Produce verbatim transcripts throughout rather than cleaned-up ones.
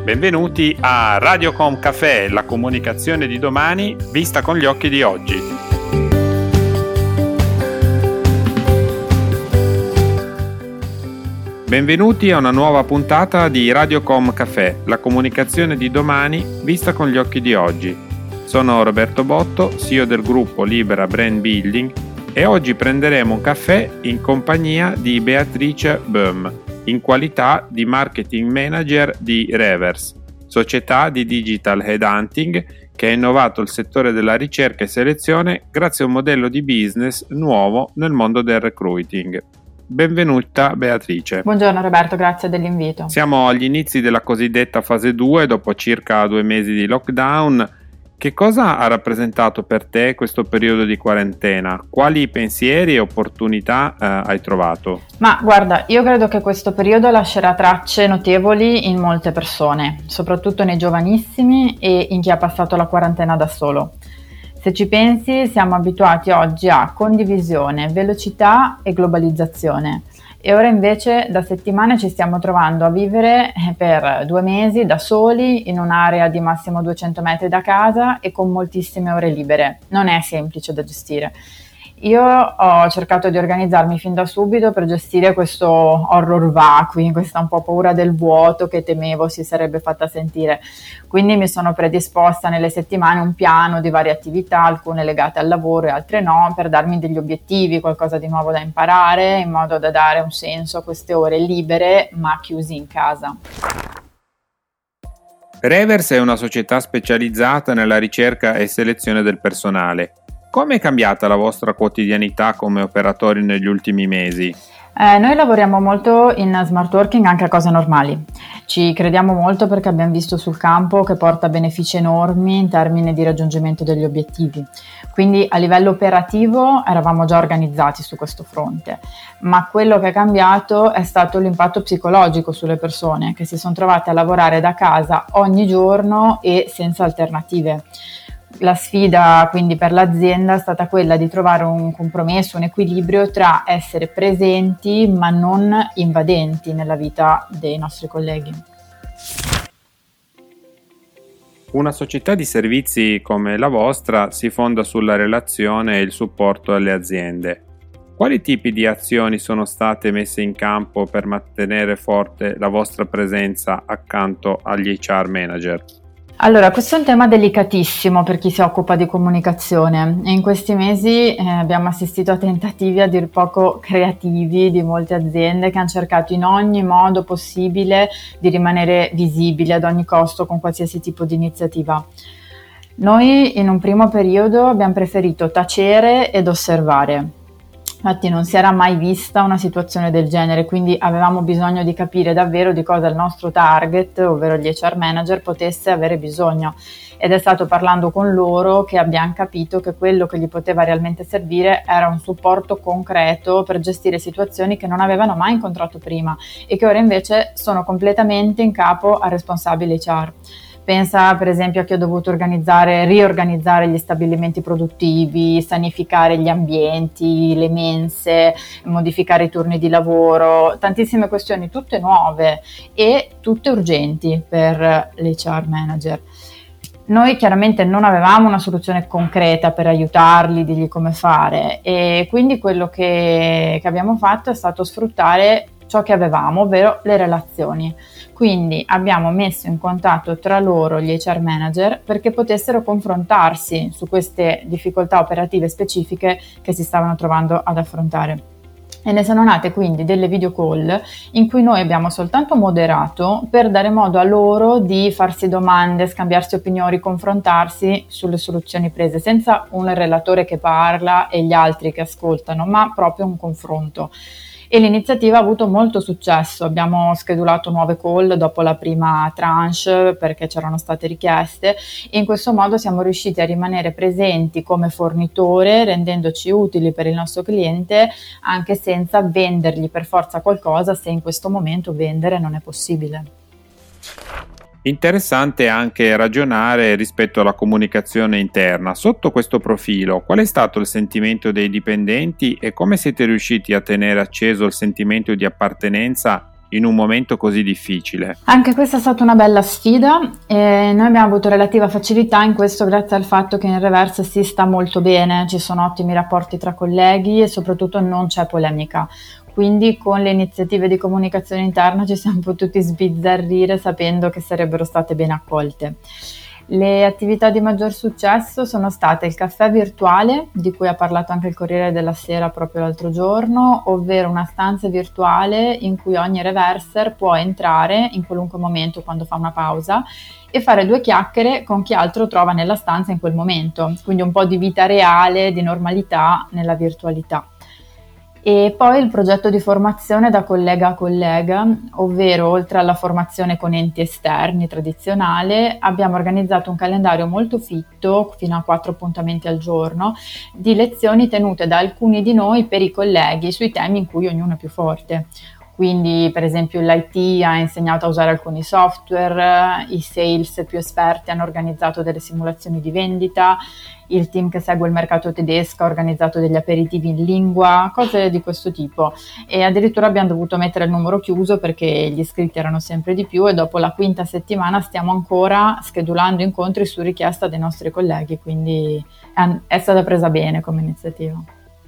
Benvenuti a Radiocom Café, la comunicazione di domani vista con gli occhi di oggi. Benvenuti a una nuova puntata di Radiocom Café, la comunicazione di domani vista con gli occhi di oggi. Sono Roberto Botto, C E O del gruppo Libera Brand Building, e oggi prenderemo un caffè in compagnia di Beatrice Böhm, in qualità di Marketing Manager di Revers, società di Digital Headhunting che ha innovato il settore della ricerca e selezione grazie a un modello di business nuovo nel mondo del recruiting. Benvenuta Beatrice. Buongiorno Roberto, grazie dell'invito. Siamo agli inizi della cosiddetta fase due, dopo circa due mesi di lockdown. Che cosa ha rappresentato per te questo periodo di quarantena? Quali pensieri e opportunità eh, hai trovato? Ma guarda, io credo che questo periodo lascerà tracce notevoli in molte persone, soprattutto nei giovanissimi e in chi ha passato la quarantena da solo. Se ci pensi, siamo abituati oggi a condivisione, velocità e globalizzazione. E ora invece da settimane ci stiamo trovando a vivere per due mesi da soli in un'area di massimo duecento metri da casa e con moltissime ore libere. Non è semplice da gestire. Io ho cercato di organizzarmi fin da subito per gestire questo horror vacui, questa un po' paura del vuoto che temevo si sarebbe fatta sentire. Quindi mi sono predisposta nelle settimane un piano di varie attività, alcune legate al lavoro e altre no, per darmi degli obiettivi, qualcosa di nuovo da imparare, in modo da dare un senso a queste ore libere ma chiusi in casa. Revers è una società specializzata nella ricerca e selezione del personale. Come è cambiata la vostra quotidianità come operatori negli ultimi mesi? Eh, noi lavoriamo molto in smart working anche a cose normali. Ci crediamo molto perché abbiamo visto sul campo che porta benefici enormi in termini di raggiungimento degli obiettivi. Quindi a livello operativo eravamo già organizzati su questo fronte, ma quello che è cambiato è stato l'impatto psicologico sulle persone che si sono trovate a lavorare da casa ogni giorno e senza alternative. La sfida quindi per l'azienda è stata quella di trovare un compromesso, un equilibrio tra essere presenti ma non invadenti nella vita dei nostri colleghi. Una società di servizi come la vostra si fonda sulla relazione e il supporto alle aziende. Quali tipi di azioni sono state messe in campo per mantenere forte la vostra presenza accanto agli H R manager? Allora, questo è un tema delicatissimo per chi si occupa di comunicazione e in questi mesi eh, abbiamo assistito a tentativi a dir poco creativi di molte aziende che hanno cercato in ogni modo possibile di rimanere visibili ad ogni costo con qualsiasi tipo di iniziativa. Noi in un primo periodo abbiamo preferito tacere ed osservare. Infatti non si era mai vista una situazione del genere, quindi avevamo bisogno di capire davvero di cosa il nostro target, ovvero gli H R manager, potesse avere bisogno. Ed è stato parlando con loro che abbiamo capito che quello che gli poteva realmente servire era un supporto concreto per gestire situazioni che non avevano mai incontrato prima e che ora invece sono completamente in capo al responsabile H R. Pensa per esempio a chi ha dovuto organizzare, riorganizzare gli stabilimenti produttivi, sanificare gli ambienti, le mense, modificare i turni di lavoro, tantissime questioni tutte nuove e tutte urgenti per l'H R manager. Noi chiaramente non avevamo una soluzione concreta per aiutarli, dirgli come fare e quindi quello che, che abbiamo fatto è stato sfruttare ciò che avevamo, ovvero le relazioni. Quindi abbiamo messo in contatto tra loro gli H R manager perché potessero confrontarsi su queste difficoltà operative specifiche che si stavano trovando ad affrontare. E ne sono nate quindi delle video call in cui noi abbiamo soltanto moderato per dare modo a loro di farsi domande, scambiarsi opinioni, confrontarsi sulle soluzioni prese, senza un relatore che parla e gli altri che ascoltano, ma proprio un confronto. E l'iniziativa ha avuto molto successo, abbiamo schedulato nuove call dopo la prima tranche perché c'erano state richieste e in questo modo siamo riusciti a rimanere presenti come fornitore rendendoci utili per il nostro cliente anche senza vendergli per forza qualcosa se in questo momento vendere non è possibile. Interessante anche ragionare rispetto alla comunicazione interna. Sotto questo profilo, qual è stato il sentimento dei dipendenti e come siete riusciti a tenere acceso il sentimento di appartenenza in un momento così difficile? Anche questa è stata una bella sfida e noi abbiamo avuto relativa facilità in questo grazie al fatto che in Reverse si sta molto bene, ci sono ottimi rapporti tra colleghi e soprattutto non c'è polemica. Quindi con le iniziative di comunicazione interna ci siamo potuti sbizzarrire sapendo che sarebbero state ben accolte. Le attività di maggior successo sono state il caffè virtuale, di cui ha parlato anche il Corriere della Sera proprio l'altro giorno, ovvero una stanza virtuale in cui ogni reverser può entrare in qualunque momento quando fa una pausa e fare due chiacchiere con chi altro trova nella stanza in quel momento, quindi un po' di vita reale, di normalità nella virtualità. E poi il progetto di formazione da collega a collega, ovvero oltre alla formazione con enti esterni tradizionale, abbiamo organizzato un calendario molto fitto, fino a quattro appuntamenti al giorno, di lezioni tenute da alcuni di noi per i colleghi sui temi in cui ognuno è più forte. Quindi per esempio l'I T ha insegnato a usare alcuni software, i sales più esperti hanno organizzato delle simulazioni di vendita, il team che segue il mercato tedesco ha organizzato degli aperitivi in lingua, cose di questo tipo. E addirittura abbiamo dovuto mettere il numero chiuso perché gli iscritti erano sempre di più e dopo la quinta settimana stiamo ancora schedulando incontri su richiesta dei nostri colleghi, quindi è stata presa bene come iniziativa.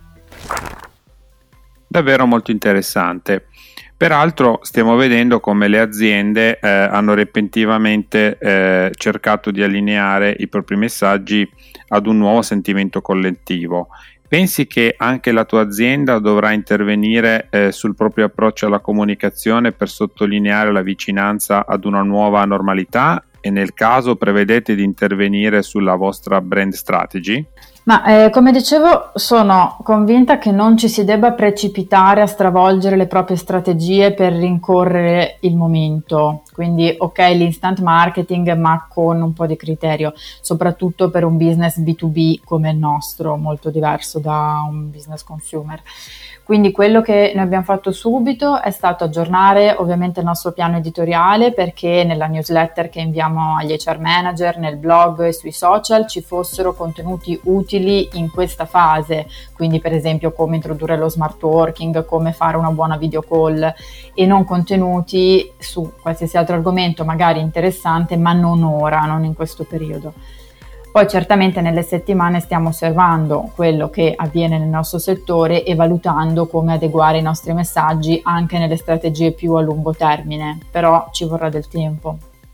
Davvero molto interessante. Peraltro stiamo vedendo come le aziende eh, hanno repentinamente eh, cercato di allineare i propri messaggi ad un nuovo sentimento collettivo. Pensi che anche la tua azienda dovrà intervenire eh, sul proprio approccio alla comunicazione per sottolineare la vicinanza ad una nuova normalità? E nel caso prevedete di intervenire sulla vostra brand strategy? Ma eh, come dicevo, sono convinta che non ci si debba precipitare a stravolgere le proprie strategie per rincorrere il momento. Quindi ok, l'instant marketing, ma con un po' di criterio, soprattutto per un business B due B come il nostro, molto diverso da un business consumer. Quindi quello che noi abbiamo fatto subito è stato aggiornare ovviamente il nostro piano editoriale, perché nella newsletter che inviamo agli H R manager, nel blog e sui social ci fossero contenuti utili in questa fase, quindi per esempio come introdurre lo smart working, come fare una buona video call, e non contenuti su qualsiasi altro argomento magari interessante, ma non ora, non in questo periodo. Poi certamente nelle settimane stiamo osservando quello che avviene nel nostro settore e valutando come adeguare i nostri messaggi anche nelle strategie più a lungo termine, però ci vorrà del tempo.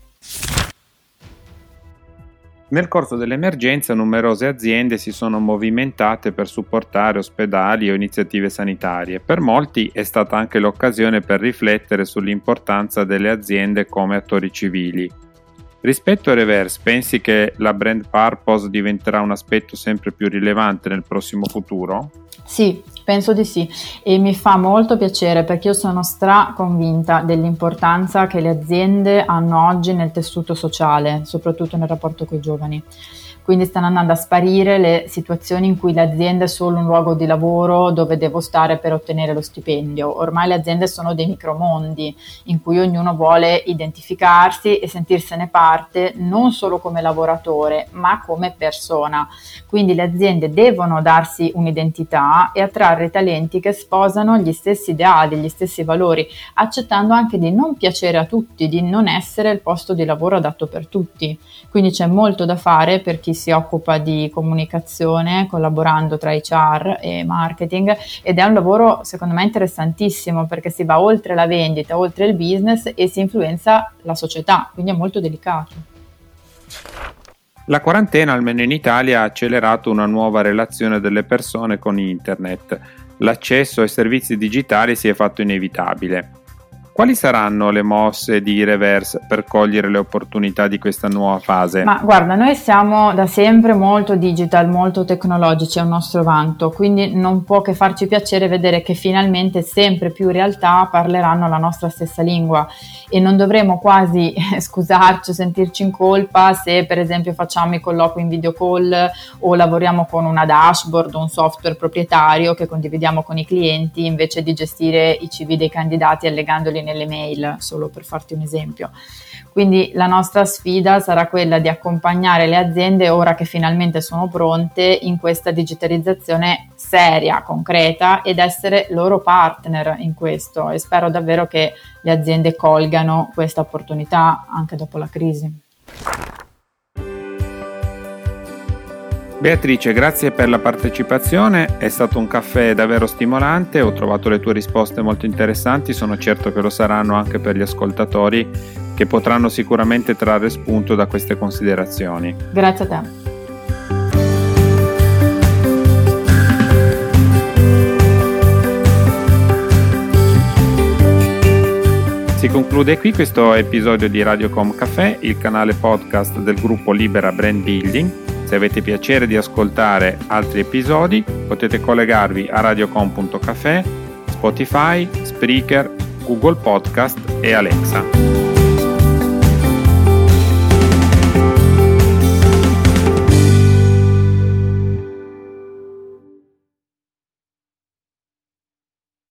Nel corso dell'emergenza numerose aziende si sono movimentate per supportare ospedali o iniziative sanitarie. Per molti è stata anche l'occasione per riflettere sull'importanza delle aziende come attori civili. Rispetto a Reverse, pensi che la brand purpose diventerà un aspetto sempre più rilevante nel prossimo futuro? Sì, penso di sì, e mi fa molto piacere perché io sono stra convinta dell'importanza che le aziende hanno oggi nel tessuto sociale, soprattutto nel rapporto con i giovani. Quindi stanno andando a sparire le situazioni in cui l'azienda è solo un luogo di lavoro dove devo stare per ottenere lo stipendio. Ormai le aziende sono dei micromondi in cui ognuno vuole identificarsi e sentirsene parte non solo come lavoratore ma come persona. Quindi le aziende devono darsi un'identità e attrarre talenti che sposano gli stessi ideali, gli stessi valori, accettando anche di non piacere a tutti, di non essere il posto di lavoro adatto per tutti. Quindi c'è molto da fare per chi si occupa di comunicazione, collaborando tra H R e marketing, ed è un lavoro secondo me interessantissimo perché si va oltre la vendita, oltre il business e si influenza la società, quindi è molto delicato. La quarantena, almeno in Italia, ha accelerato una nuova relazione delle persone con internet. L'accesso ai servizi digitali si è fatto inevitabile. Quali saranno le mosse di Reverse per cogliere le opportunità di questa nuova fase? Ma guarda, noi siamo da sempre molto digital, molto tecnologici, è un nostro vanto, quindi non può che farci piacere vedere che finalmente sempre più realtà parleranno la nostra stessa lingua e non dovremo quasi scusarci o sentirci in colpa se per esempio facciamo i colloqui in video call o lavoriamo con una dashboard o un software proprietario che condividiamo con i clienti invece di gestire i C V dei candidati allegandoli nelle mail, solo per farti un esempio. Quindi la nostra sfida sarà quella di accompagnare le aziende, ora che finalmente sono pronte, in questa digitalizzazione seria, concreta, ed essere loro partner in questo, e spero davvero che le aziende colgano questa opportunità anche dopo la crisi. Beatrice, grazie per la partecipazione, è stato un caffè davvero stimolante, ho trovato le tue risposte molto interessanti, sono certo che lo saranno anche per gli ascoltatori che potranno sicuramente trarre spunto da queste considerazioni. Grazie a te. Si conclude qui questo episodio di Radiocom Café, il canale podcast del gruppo Libera Brand Building. Se avete piacere di ascoltare altri episodi, potete collegarvi a radiocom punto café, Spotify, Spreaker, Google Podcast e Alexa.